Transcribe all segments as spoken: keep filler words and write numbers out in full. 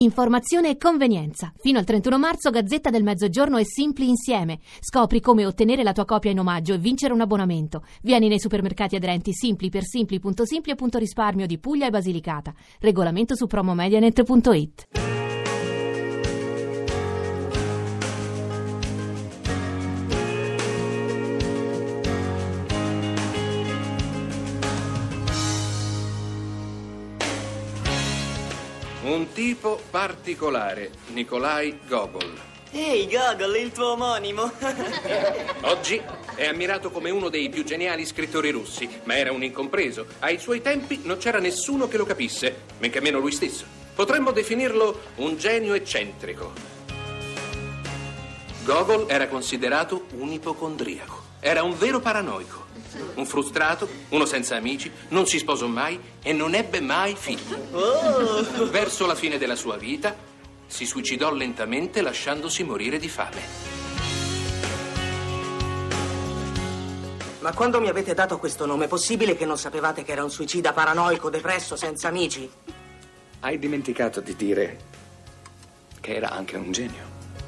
Informazione e convenienza. Fino al trentuno marzo Gazzetta del Mezzogiorno e Simpli insieme. Scopri come ottenere la tua copia in omaggio e vincere un abbonamento. Vieni nei supermercati aderenti Simpli per simpli punto simpli punto risparmio di Puglia e Basilicata. Regolamento su promomedianet punto it. Un tipo particolare, Nikolaj Gogol. Ehi, Gogol, il tuo omonimo. Oggi è ammirato come uno dei più geniali scrittori russi, ma era un incompreso. Ai suoi tempi non c'era nessuno che lo capisse, men che meno lui stesso. Potremmo definirlo un genio eccentrico. Gogol era considerato un ipocondriaco. Era un vero paranoico. Un frustrato, uno senza amici, non si sposò mai e non ebbe mai figli. Oh. Verso la fine della sua vita si suicidò lentamente lasciandosi morire di fame. Ma quando mi avete dato questo nome, è possibile che non sapevate che era un suicida paranoico, depresso, senza amici? Hai dimenticato di dire che era anche un genio.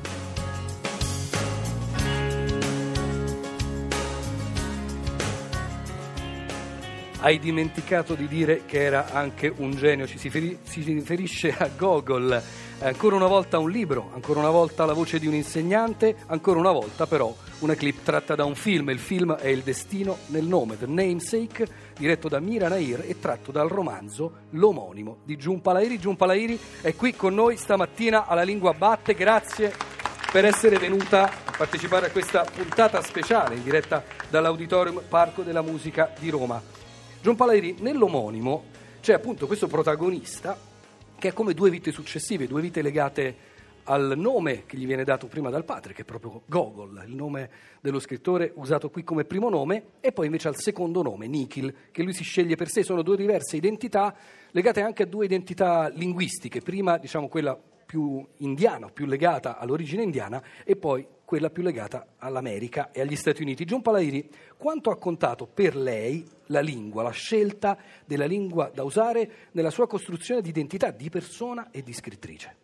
Hai dimenticato di dire che era anche un genio. Ci si, feri- si riferisce a Gogol. Ancora una volta un libro, ancora una volta la voce di un insegnante, ancora una volta però una clip tratta da un film. Il film è Il destino nel nome, The Namesake, diretto da Mira Nair e tratto dal romanzo L'omonimo di Giunpa Lahiri. Giunpa Lahiri è qui con noi stamattina alla Lingua Batte. Grazie per essere venuta a partecipare a questa puntata speciale in diretta dall'Auditorium Parco della Musica di Roma. Giunpa Lahiri, nell'omonimo c'è appunto questo protagonista che è come due vite successive, due vite legate al nome che gli viene dato prima dal padre, che è proprio Gogol, il nome dello scrittore usato qui come primo nome, e poi invece al secondo nome, Nikhil, che lui si sceglie per sé. Sono due diverse identità legate anche a due identità linguistiche, prima diciamo quella più indiana, più legata all'origine indiana, e poi quella più legata all'America e agli Stati Uniti. Giunpa Lahiri, quanto ha contato per lei la lingua, la scelta della lingua da usare nella sua costruzione di identità di persona e di scrittrice?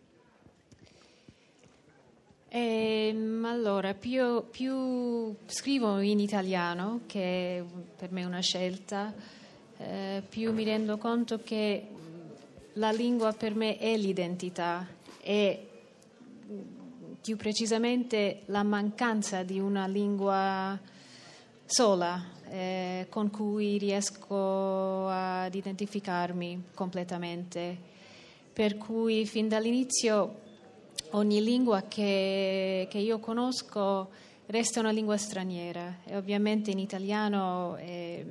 Eh, allora, più, più scrivo in italiano, che per me è una scelta, eh, più mi rendo conto che la lingua per me è l'identità, e più precisamente la mancanza di una lingua sola eh, con cui riesco ad identificarmi completamente. Per cui fin dall'inizio ogni lingua che, che io conosco resta una lingua straniera, e ovviamente in italiano eh,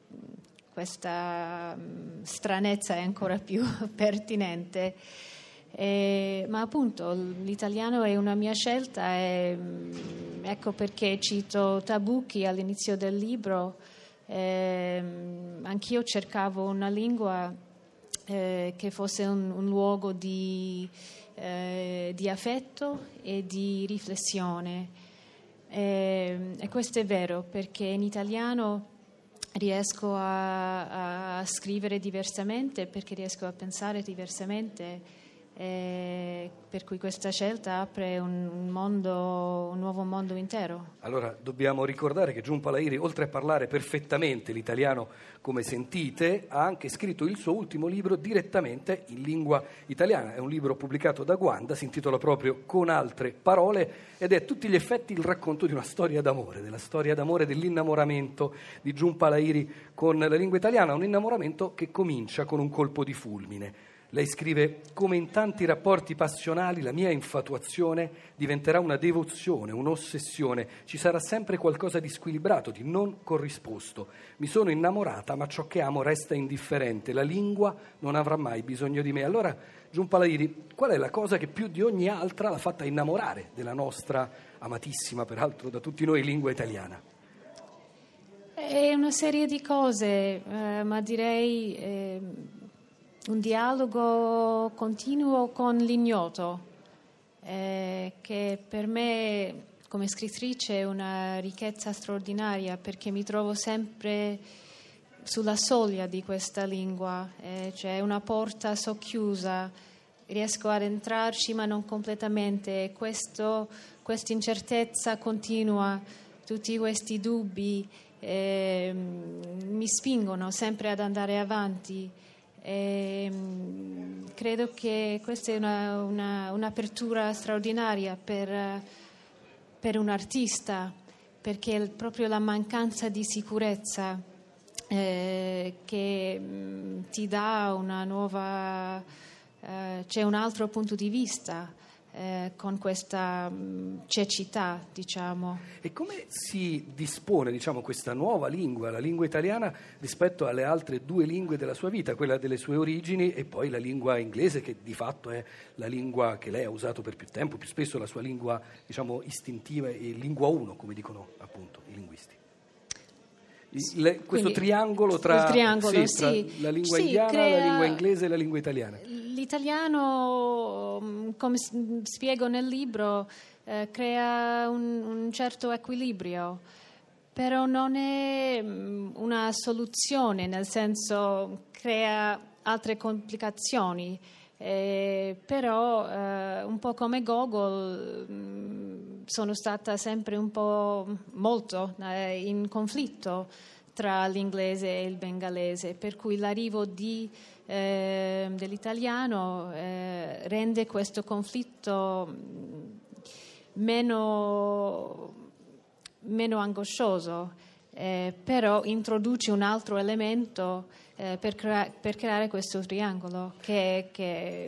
questa stranezza è ancora più pertinente. Eh, ma appunto l'italiano è una mia scelta, e ecco perché cito Tabucchi all'inizio del libro. Eh, anch'io cercavo una lingua eh, che fosse un, un luogo di, eh, di affetto e di riflessione, eh, e questo è vero perché in italiano riesco a, a scrivere diversamente, perché riesco a pensare diversamente. Eh, per cui questa scelta apre un, un mondo, un nuovo mondo intero. Allora dobbiamo ricordare che Giunpa Lahiri, oltre a parlare perfettamente l'italiano come sentite, ha anche scritto il suo ultimo libro direttamente in lingua italiana. È un libro pubblicato da Guanda, si intitola proprio Con altre parole, ed è a tutti gli effetti il racconto di una storia d'amore, della storia d'amore, dell'innamoramento di Giunpa Lahiri con la lingua italiana, un innamoramento che comincia con un colpo di fulmine. Lei scrive: come in tanti rapporti passionali la mia infatuazione diventerà una devozione, un'ossessione, ci sarà sempre qualcosa di squilibrato, di non corrisposto. Mi sono innamorata, ma ciò che amo resta indifferente, la lingua non avrà mai bisogno di me. Allora, Giunpa Lahiri, qual è la cosa che più di ogni altra l'ha fatta innamorare della nostra amatissima, peraltro da tutti noi, lingua italiana? È una serie di cose, eh, ma direi... Eh, un dialogo continuo con l'ignoto, eh, che per me come scrittrice è una ricchezza straordinaria, perché mi trovo sempre sulla soglia di questa lingua, eh, cioè una porta socchiusa riesco ad entrarci ma non completamente. Questo, questa incertezza continua, tutti questi dubbi eh, mi spingono sempre ad andare avanti. E, credo che questa è una, una, un'apertura straordinaria per, per un artista, perché è proprio la mancanza di sicurezza eh, che mh, ti dà una nuova, eh, c'è un altro punto di vista eh, con questa mh, cecità, diciamo. E come si dispone, diciamo, questa nuova lingua, la lingua italiana, rispetto alle altre due lingue della sua vita, quella delle sue origini e poi la lingua inglese, che di fatto è la lingua che lei ha usato per più tempo, più spesso la sua lingua, diciamo, istintiva e lingua uno, come dicono appunto i linguisti. Il, le, questo Quindi, triangolo tra, triangolo, sì, tra sì. la lingua Sì, indiana, crea... la lingua inglese e la lingua italiana. L'italiano, come spiego nel libro, eh, crea un, un certo equilibrio, però non è una soluzione, nel senso crea altre complicazioni. Eh, però eh, un po' come Gogol mh, sono stata sempre un po' molto eh, in conflitto tra l'inglese e il bengalese, per cui l'arrivo di, eh, dell'italiano eh, rende questo conflitto meno, meno angoscioso, eh, però introduce un altro elemento Eh, per, crea- per creare questo triangolo che, che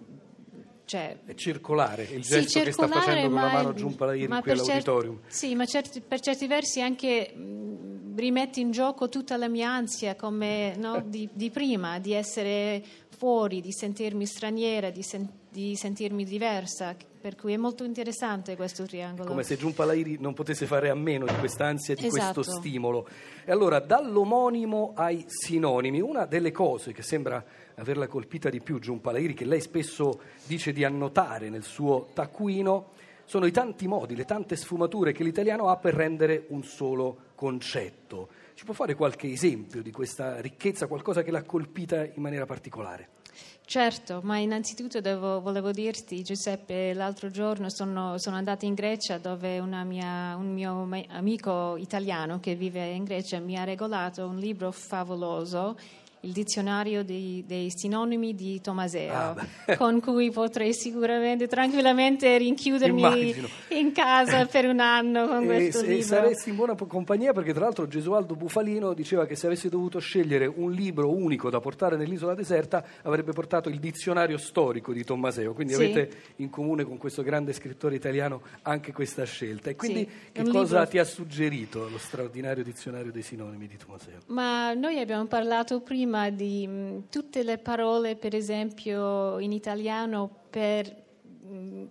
cioè, è circolare il sì, gesto che sta facendo con la mano Giunpalairi qui all'auditorium. Certi, sì, ma certi, per certi versi anche mh, rimette in gioco tutta la mia ansia come, no, di, di prima, di essere fuori, di sentirmi straniera, di, sen- di sentirmi diversa, per cui è molto interessante questo triangolo. Come se Giunpalairi non potesse fare a meno di quest'ansia, di esatto. questo stimolo. E allora, dall'omonimo ai sinonimi, una delle cose che sembra averla colpita di più Giunpalairi, che lei spesso dice di annotare nel suo taccuino, sono i tanti modi, le tante sfumature che l'italiano ha per rendere un solo concetto. Ci può fare qualche esempio di questa ricchezza, qualcosa che l'ha colpita in maniera particolare? Certo, ma innanzitutto devo, volevo dirti, Giuseppe, l'altro giorno sono, sono andata in Grecia, dove una mia, un mio amico italiano che vive in Grecia mi ha regalato un libro favoloso, il dizionario dei, dei sinonimi di Tomaseo, ah, con cui potrei sicuramente, tranquillamente rinchiudermi Immagino. in casa per un anno con e, questo e libro. saresti in buona compagnia, perché tra l'altro Gesualdo Bufalino diceva che se avesse dovuto scegliere un libro unico da portare nell'isola deserta avrebbe portato il dizionario storico di Tommaseo, quindi sì. avete in comune con questo grande scrittore italiano anche questa scelta. E quindi sì, che cosa libro... ti ha suggerito lo straordinario dizionario dei sinonimi di Tommaseo? Ma noi abbiamo parlato prima di mh, tutte le parole, per esempio in italiano, per mh,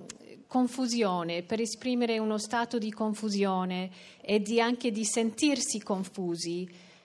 confusione, per esprimere uno stato di confusione e di anche di sentirsi confusi.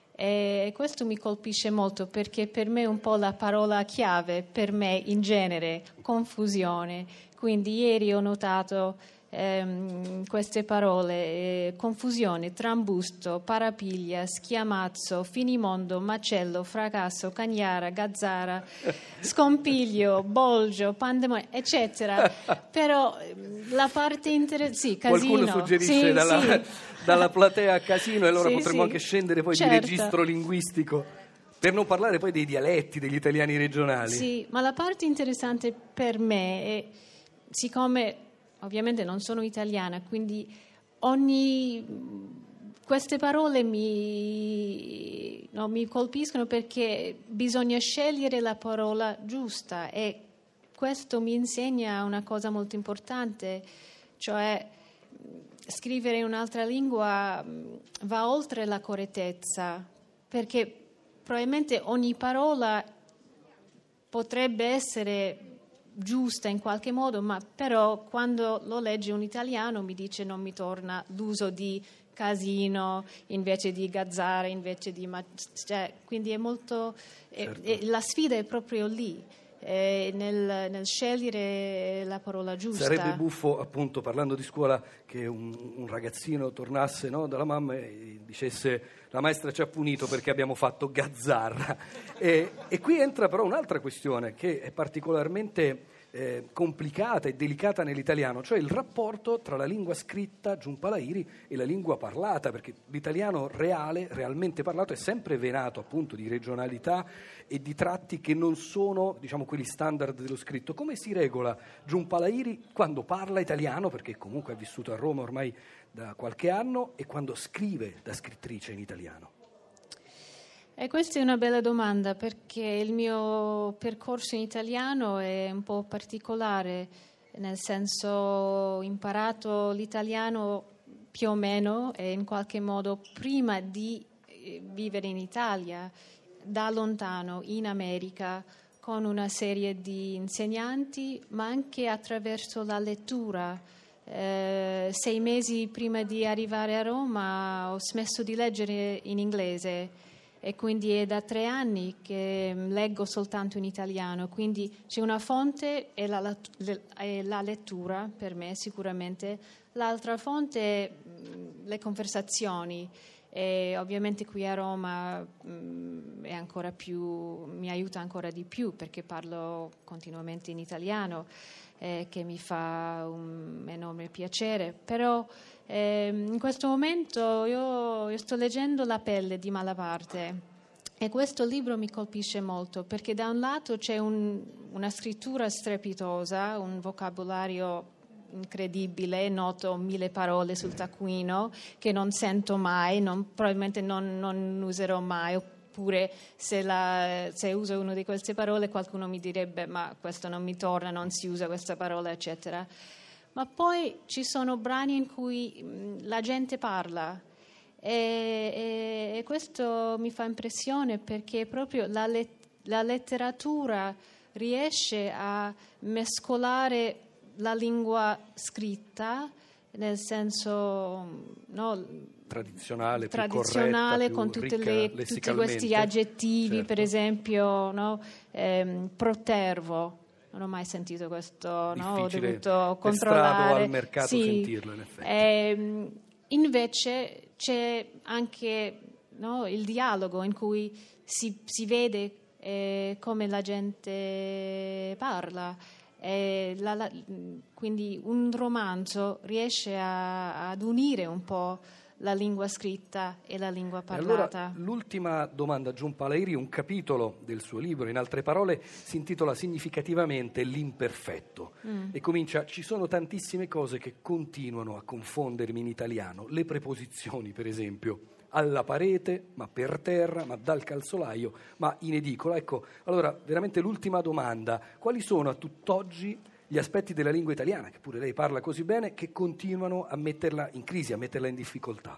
E questo mi colpisce molto, perché per me è un po' la parola chiave, per me in genere, confusione. Quindi ieri ho notato ehm, queste parole, eh, confusione, trambusto, parapiglia, schiamazzo, finimondo, macello, fracasso, cagnara, gazzara, scompiglio, bolgio, pandemonio, eccetera. Però la parte interessante, sì, casino. Qualcuno suggerisce sì, dalla, sì. dalla platea a casino, e allora sì, potremmo sì. anche scendere poi certo. di registro linguistico, per non parlare poi dei dialetti degli italiani regionali. Sì, ma la parte interessante per me è, siccome ovviamente non sono italiana, quindi ogni queste parole mi, no, mi colpiscono, perché bisogna scegliere la parola giusta, e questo mi insegna una cosa molto importante, cioè scrivere in un'altra lingua va oltre la correttezza, perché probabilmente ogni parola potrebbe essere giusta in qualche modo, ma però quando lo legge un italiano mi dice non mi torna l'uso di casino invece di gazzara, invece di ma- cioè, quindi è molto certo. è, è, la sfida è proprio lì. eh, nel, nel scegliere la parola giusta. Sarebbe buffo, appunto, parlando di scuola, che un, un ragazzino tornasse, no, dalla mamma e dicesse: la maestra ci ha punito perché abbiamo fatto gazzarra. E, e qui entra però un'altra questione che è particolarmente eh, complicata e delicata nell'italiano, cioè il rapporto tra la lingua scritta Jhumpa Lahiri e la lingua parlata, perché l'italiano reale, realmente parlato, è sempre venato appunto di regionalità e di tratti che non sono, diciamo, quelli standard dello scritto. Come si regola Jhumpa Lahiri quando parla italiano, perché comunque ha vissuto a Roma ormai da qualche anno, e quando scrive da scrittrice in italiano? E questa è una bella domanda, perché il mio percorso in italiano è un po' particolare, nel senso ho imparato l'italiano più o meno e in qualche modo prima di vivere in Italia, da lontano in America, con una serie di insegnanti, ma anche attraverso la lettura. Eh, sei mesi prima di arrivare a Roma ho smesso di leggere in inglese e quindi è da tre anni che leggo soltanto in italiano, quindi c'è una fonte e la, è la lettura per me sicuramente, l'altra fonte è le conversazioni. E ovviamente qui a Roma mh, è ancora più, mi aiuta ancora di più perché parlo continuamente in italiano, eh, che mi fa un enorme piacere. Però eh, in questo momento io, io sto leggendo La pelle di Malaparte e questo libro mi colpisce molto perché da un lato c'è un, una scrittura strepitosa, un vocabolario incredibile, noto mille parole sul taccuino che non sento mai, non, probabilmente non, non userò mai, oppure se, la, se uso una di queste parole qualcuno mi direbbe ma questo non mi torna, non si usa questa parola, eccetera. Ma poi ci sono brani in cui la gente parla e, e, e questo mi fa impressione perché proprio la, let, la letteratura riesce a mescolare la lingua scritta, nel senso no, tradizionale, più tradizionale corretta, con più tutte ricca le, tutti questi aggettivi, certo. Per esempio no, ehm, protervo, non ho mai sentito questo, no, ho dovuto controllare al mercato sì. sentirlo in effetti. Ehm, invece c'è anche no, il dialogo in cui si, si vede eh, come la gente parla. Eh, la, la, quindi un romanzo riesce a, ad unire un po' la lingua scritta e la lingua parlata. Allora, l'ultima domanda, Jhumpa Lahiri, un capitolo del suo libro, in altre parole, si intitola significativamente L'imperfetto mm. e comincia: ci sono tantissime cose che continuano a confondermi in italiano, le preposizioni per esempio, alla parete, ma per terra, ma dal calzolaio, ma in edicola. Ecco, allora, veramente l'ultima domanda: quali sono a tutt'oggi gli aspetti della lingua italiana, che pure lei parla così bene, che continuano a metterla in crisi, a metterla in difficoltà?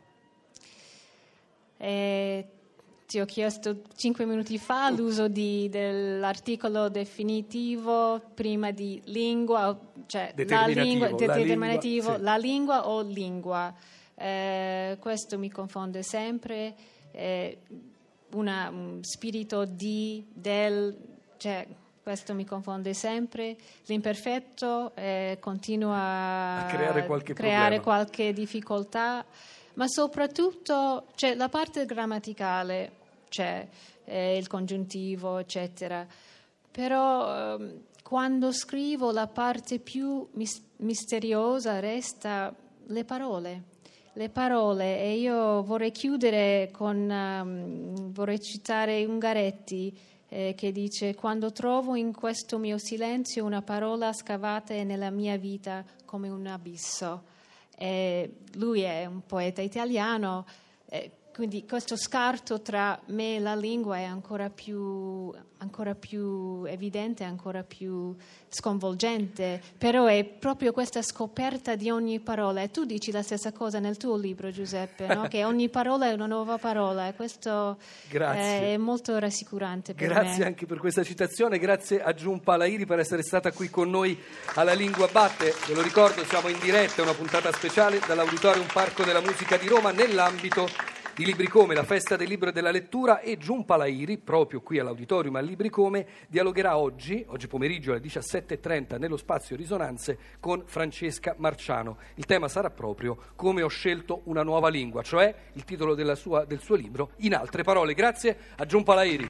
Eh, ti ho chiesto cinque minuti fa l'uso di, dell'articolo definitivo prima di lingua, cioè la lingua, determinativo, la lingua, sì. La lingua o lingua. Eh, questo mi confonde sempre, eh, una, un spirito di, del, cioè questo mi confonde sempre. L'imperfetto eh, continua a creare qualche creare problema, qualche difficoltà, ma soprattutto c'è la parte grammaticale, c'è eh, il congiuntivo, eccetera. Però eh, quando scrivo la parte più mis- misteriosa resta le parole. Le parole, e io vorrei chiudere con, um, vorrei citare Ungaretti eh, che dice: quando trovo in questo mio silenzio una parola scavata nella mia vita come un abisso. Eh, lui è un poeta italiano, eh, quindi questo scarto tra me e la lingua è ancora più, ancora più evidente, ancora più sconvolgente, però è proprio questa scoperta di ogni parola. E tu dici la stessa cosa nel tuo libro, Giuseppe, no? Che ogni parola è una nuova parola, e questo eh, è molto rassicurante per grazie me. Grazie anche per questa citazione, grazie a Jhumpa Lahiri per essere stata qui con noi alla Lingua Batte. Ve lo ricordo, siamo in diretta, è una puntata speciale dall'Auditorium Parco della Musica di Roma nell'ambito di Libricome, la festa del libro e della lettura, e Giunpa Lairi, proprio qui all'auditorium al Libricome, dialogherà oggi, oggi pomeriggio alle diciassette e trenta nello spazio Risonanze con Francesca Marciano. Il tema sarà proprio Come ho scelto una nuova lingua, cioè il titolo della sua, del suo libro In altre parole. Grazie a Giunpa Lairi.